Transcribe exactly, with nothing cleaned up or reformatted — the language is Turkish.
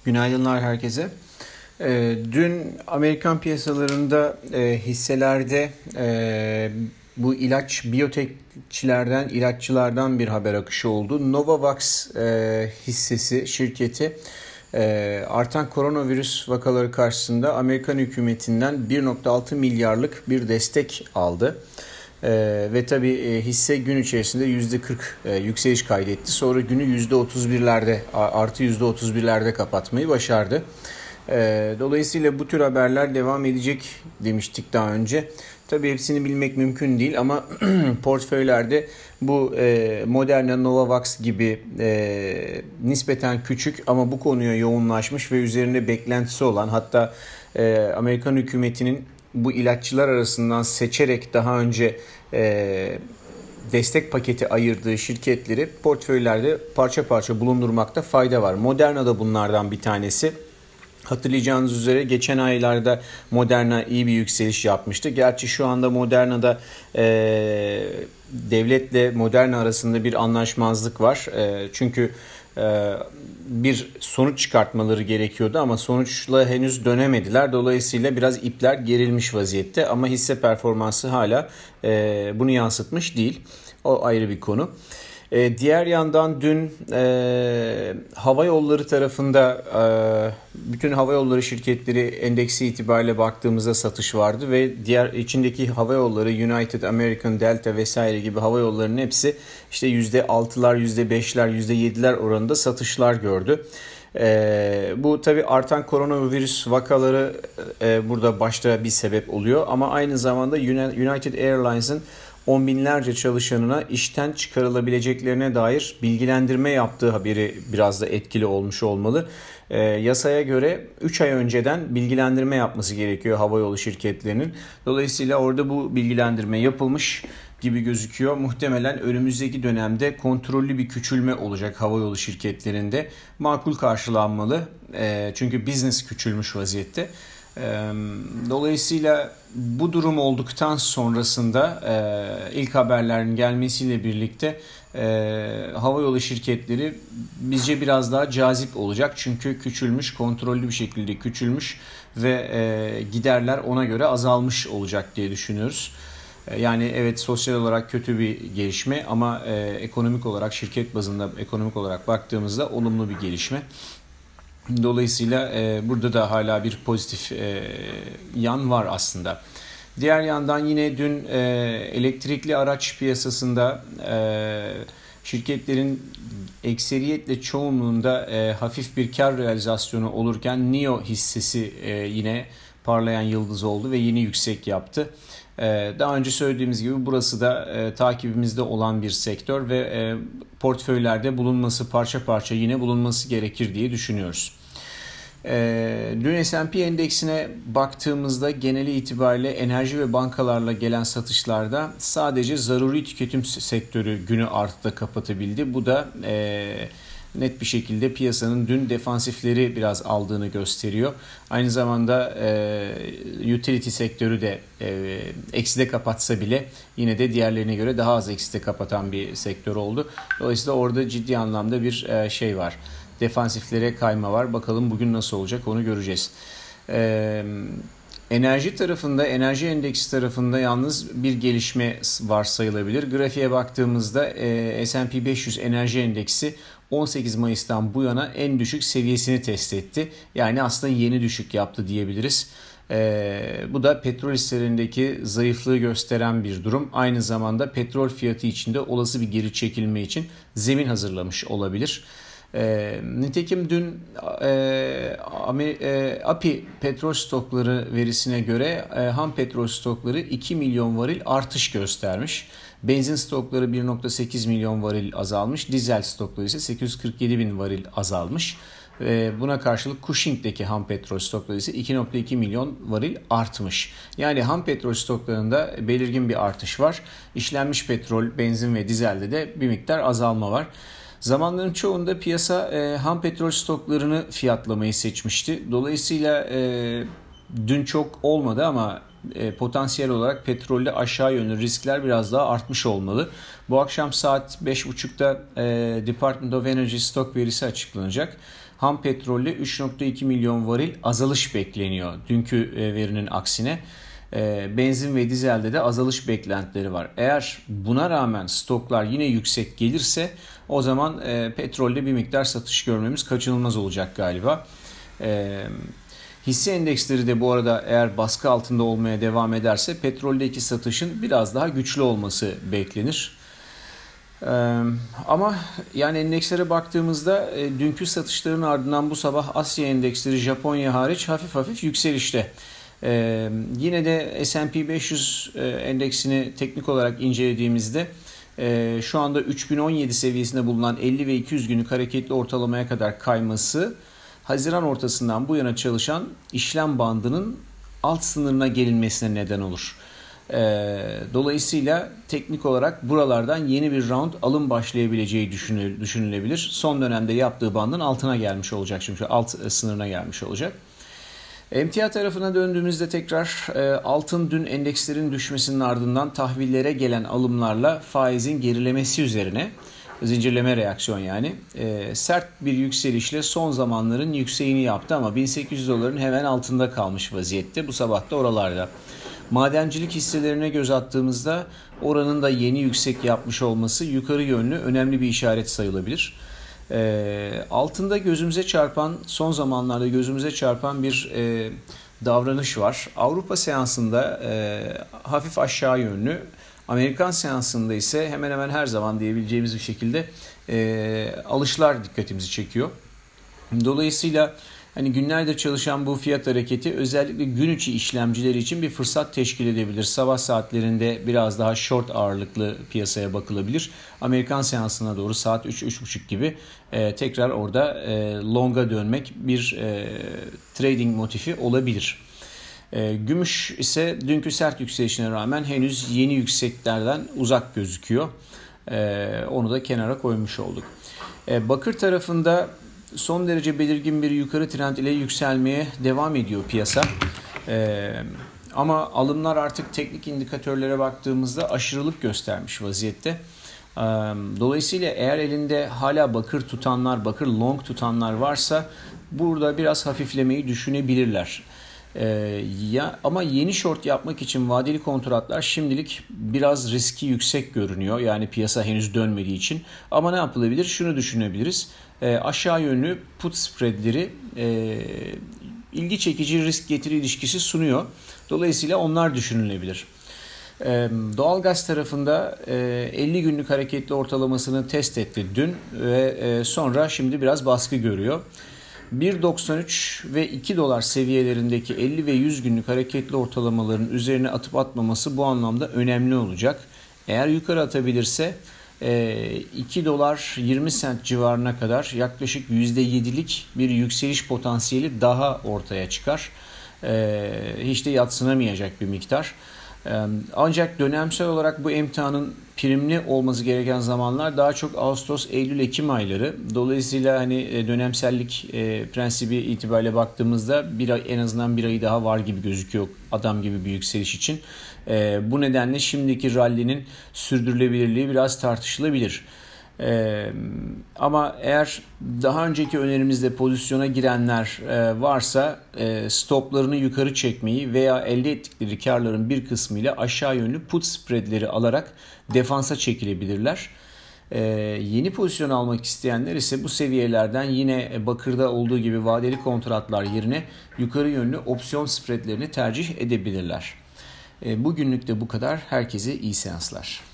Günaydınlar herkese. Ee, dün Amerikan piyasalarında e, hisselerde e, bu ilaç biyotekçilerden, ilaççılardan bir haber akışı oldu. Novavax e, hissesi, şirketi e, artan koronavirüs vakaları karşısında Amerikan hükümetinden bir virgül altı milyarlık bir destek aldı. Ee, ve tabii e, hisse gün içerisinde yüzde kırk e, yükseliş kaydetti. Sonra günü yüzde otuz birlerde artı yüzde otuz birlerde kapatmayı başardı. Ee, dolayısıyla bu tür haberler devam edecek demiştik daha önce. Tabii hepsini bilmek mümkün değil ama portföylerde bu e, Moderna, Novavax gibi e, nispeten küçük ama bu konuya yoğunlaşmış ve üzerinde beklentisi olan, hatta e, Amerikan hükümetinin bu ilaççılar arasından seçerek daha önce e, destek paketi ayırdığı şirketleri portföylerde parça parça bulundurmakta fayda var. Moderna da bunlardan bir tanesi. Hatırlayacağınız üzere geçen aylarda Moderna iyi bir yükseliş yapmıştı. Gerçi şu anda Moderna'da e, devletle Moderna arasında bir anlaşmazlık var. E, çünkü e, bir sonuç çıkartmaları gerekiyordu ama sonuçla henüz dönemediler. Dolayısıyla biraz ipler gerilmiş vaziyette ama hisse performansı hala e, bunu yansıtmış değil. O ayrı bir konu. E, diğer yandan dün e, hava yolları tarafında e, bütün hava yolları şirketleri endeksi itibariyle baktığımızda satış vardı ve diğer içindeki hava yolları United, American, Delta vesaire gibi hava yollarının hepsi işte yüzde altılar, yüzde beşler, yüzde yediler oranında satışlar gördü. E, bu tabii artan koronavirüs vakaları e, burada başta bir sebep oluyor ama aynı zamanda United Airlines'ın on binlerce çalışanına işten çıkarılabileceklerine dair bilgilendirme yaptığı haberi biraz da etkili olmuş olmalı. E, yasaya göre üç ay önceden bilgilendirme yapması gerekiyor havayolu şirketlerinin. Dolayısıyla orada bu bilgilendirme yapılmış gibi gözüküyor. Muhtemelen önümüzdeki dönemde kontrollü bir küçülme olacak havayolu şirketlerinde. Makul karşılanmalı. E, çünkü business küçülmüş vaziyette. Dolayısıyla bu durum olduktan sonrasında e, ilk haberlerin gelmesiyle birlikte e, havayolu şirketleri bizce biraz daha cazip olacak. Çünkü küçülmüş, kontrollü bir şekilde küçülmüş ve e, giderler ona göre azalmış olacak diye düşünüyoruz. E, yani evet, sosyal olarak kötü bir gelişme ama e, ekonomik olarak, şirket bazında ekonomik olarak baktığımızda olumlu bir gelişme. Dolayısıyla e, burada da hala bir pozitif e, yan var aslında. Diğer yandan yine dün e, elektrikli araç piyasasında e, şirketlerin ekseriyetle çoğunluğunda e, hafif bir kar realizasyonu olurken N I O hissesi e, yine parlayan yıldız oldu ve yeni yüksek yaptı. Daha önce söylediğimiz gibi burası da e, takibimizde olan bir sektör ve e, portföylerde bulunması, parça parça yine bulunması gerekir diye düşünüyoruz. E, dün S and P endeksine baktığımızda geneli itibariyle enerji ve bankalarla gelen satışlarda sadece zaruri tüketim sektörü günü artıda kapatabildi. Bu da e, net bir şekilde piyasanın dün defansifleri biraz aldığını gösteriyor. Aynı zamanda e, utility sektörü de e, ekside kapatsa bile yine de diğerlerine göre daha az ekside kapatan bir sektör oldu. Dolayısıyla orada ciddi anlamda bir e, şey var. Defansiflere kayma var. Bakalım bugün nasıl olacak, onu göreceğiz. E, enerji tarafında, enerji endeksi tarafında yalnız bir gelişme varsayılabilir. Grafiğe baktığımızda e, S and P beş yüz enerji endeksi on sekiz Mayıs'tan bu yana en düşük seviyesini test etti. Yani aslında yeni düşük yaptı diyebiliriz. Ee, bu da petrol hisselerindeki zayıflığı gösteren bir durum. Aynı zamanda petrol fiyatı içinde olası bir geri çekilme için zemin hazırlamış olabilir. E, nitekim dün e, e, A P I petrol stokları verisine göre e, ham petrol stokları iki milyon varil artış göstermiş. Benzin stokları bir virgül sekiz milyon varil azalmış. Dizel stokları ise sekiz yüz kırk yedi bin varil azalmış. E, buna karşılık Cushing'deki ham petrol stokları ise iki virgül iki milyon varil artmış. Yani ham petrol stoklarında belirgin bir artış var. İşlenmiş petrol, benzin ve dizelde de bir miktar azalma var. Zamanların çoğunda piyasa e, ham petrol stoklarını fiyatlamayı seçmişti. Dolayısıyla e, dün çok olmadı ama e, potansiyel olarak petrolde aşağı yönlü riskler biraz daha artmış olmalı. Bu akşam saat beş buçukta e, Department of Energy stok verisi açıklanacak. ham petrolle üç nokta iki milyon varil azalış bekleniyor. Dünkü verinin aksine benzin ve dizelde de azalış beklentileri var. Eğer buna rağmen stoklar yine yüksek gelirse o zaman petrolde bir miktar satış görmemiz kaçınılmaz olacak galiba. Hisse endeksleri de bu arada eğer baskı altında olmaya devam ederse petroldeki satışın biraz daha güçlü olması beklenir. Ee, ama yani endekslere baktığımızda e, dünkü satışların ardından bu sabah Asya endeksleri Japonya hariç hafif hafif yükselişte. Ee, yine de S and P beş yüz e, endeksini teknik olarak incelediğimizde e, şu anda üç bin on yedi seviyesinde bulunan elli ve iki yüz günlük hareketli ortalamaya kadar kayması Haziran ortasından bu yana çalışan işlem bandının alt sınırına gelinmesine neden olur. Dolayısıyla teknik olarak buralardan yeni bir round alım başlayabileceği düşünülebilir. Son dönemde yaptığı bandın altına gelmiş olacak, çünkü alt sınırına gelmiş olacak. Emtia tarafına döndüğümüzde tekrar altın dün endekslerin düşmesinin ardından tahvillere gelen alımlarla faizin gerilemesi üzerine, zincirleme reaksiyon yani, sert bir yükselişle son zamanların yükseğini yaptı ama bin sekiz yüz doların hemen altında kalmış vaziyette. Bu sabah da oralarda. Madencilik hisselerine göz attığımızda oranın da yeni yüksek yapmış olması yukarı yönlü önemli bir işaret sayılabilir. E, altında gözümüze çarpan, son zamanlarda gözümüze çarpan bir e, davranış var. Avrupa seansında e, hafif aşağı yönlü, Amerikan seansında ise hemen hemen her zaman diyebileceğimiz bir şekilde e, alışlar dikkatimizi çekiyor. Dolayısıyla hani günlerdir çalışan bu fiyat hareketi özellikle gün içi işlemciler için bir fırsat teşkil edebilir. Sabah saatlerinde biraz daha short ağırlıklı piyasaya bakılabilir. Amerikan seansına doğru saat üç üç buçuk gibi e, tekrar orada e, long'a dönmek bir e, trading motifi olabilir. E, gümüş ise dünkü sert yükselişine rağmen henüz yeni yükseklerden uzak gözüküyor. E, onu da kenara koymuş olduk. E, bakır tarafında son derece belirgin bir yukarı trend ile yükselmeye devam ediyor piyasa. Ee, ama alımlar artık teknik indikatörlere baktığımızda aşırılık göstermiş vaziyette. Ee, dolayısıyla eğer elinde hala bakır tutanlar, bakır long tutanlar varsa burada biraz hafiflemeyi düşünebilirler. Ee, ya ama yeni short yapmak için vadeli kontratlar şimdilik biraz riski yüksek görünüyor. Yani piyasa henüz dönmediği için. Ama ne yapılabilir? Şunu düşünebiliriz. E, aşağı yönlü put spreadleri e, ilgi çekici risk getiri ilişkisi sunuyor. Dolayısıyla onlar düşünülebilir. E, doğalgaz tarafında e, elli günlük hareketli ortalamasını test etti dün ve e, sonra şimdi biraz baskı görüyor. bir doksan üç ve iki dolar seviyelerindeki elli ve yüz günlük hareketli ortalamaların üzerine atıp atmaması bu anlamda önemli olacak. Eğer yukarı atabilirse iki dolar yirmi sent civarına kadar yaklaşık yüzde yedilik bir yükseliş potansiyeli daha ortaya çıkar. Hiç de yadsınamayacak bir miktar. Ancak dönemsel olarak bu emtianın primli olması gereken zamanlar daha çok Ağustos, Eylül, Ekim ayları. Dolayısıyla hani dönemsellik prensibi itibariyle baktığımızda bir ay, en azından bir ayı daha var gibi gözüküyor adam gibi bir yükseliş için. Bu nedenle şimdiki rally'nin sürdürülebilirliği biraz tartışılabilir. Ee, ama eğer daha önceki önerimizde pozisyona girenler e, varsa e, stoplarını yukarı çekmeyi veya elde ettikleri karların bir kısmıyla aşağı yönlü put spreadleri alarak defansa çekilebilirler. E, yeni pozisyon almak isteyenler ise bu seviyelerden yine bakırda olduğu gibi vadeli kontratlar yerine yukarı yönlü opsiyon spreadlerini tercih edebilirler. E, bugünlük de bu kadar. Herkese iyi seanslar.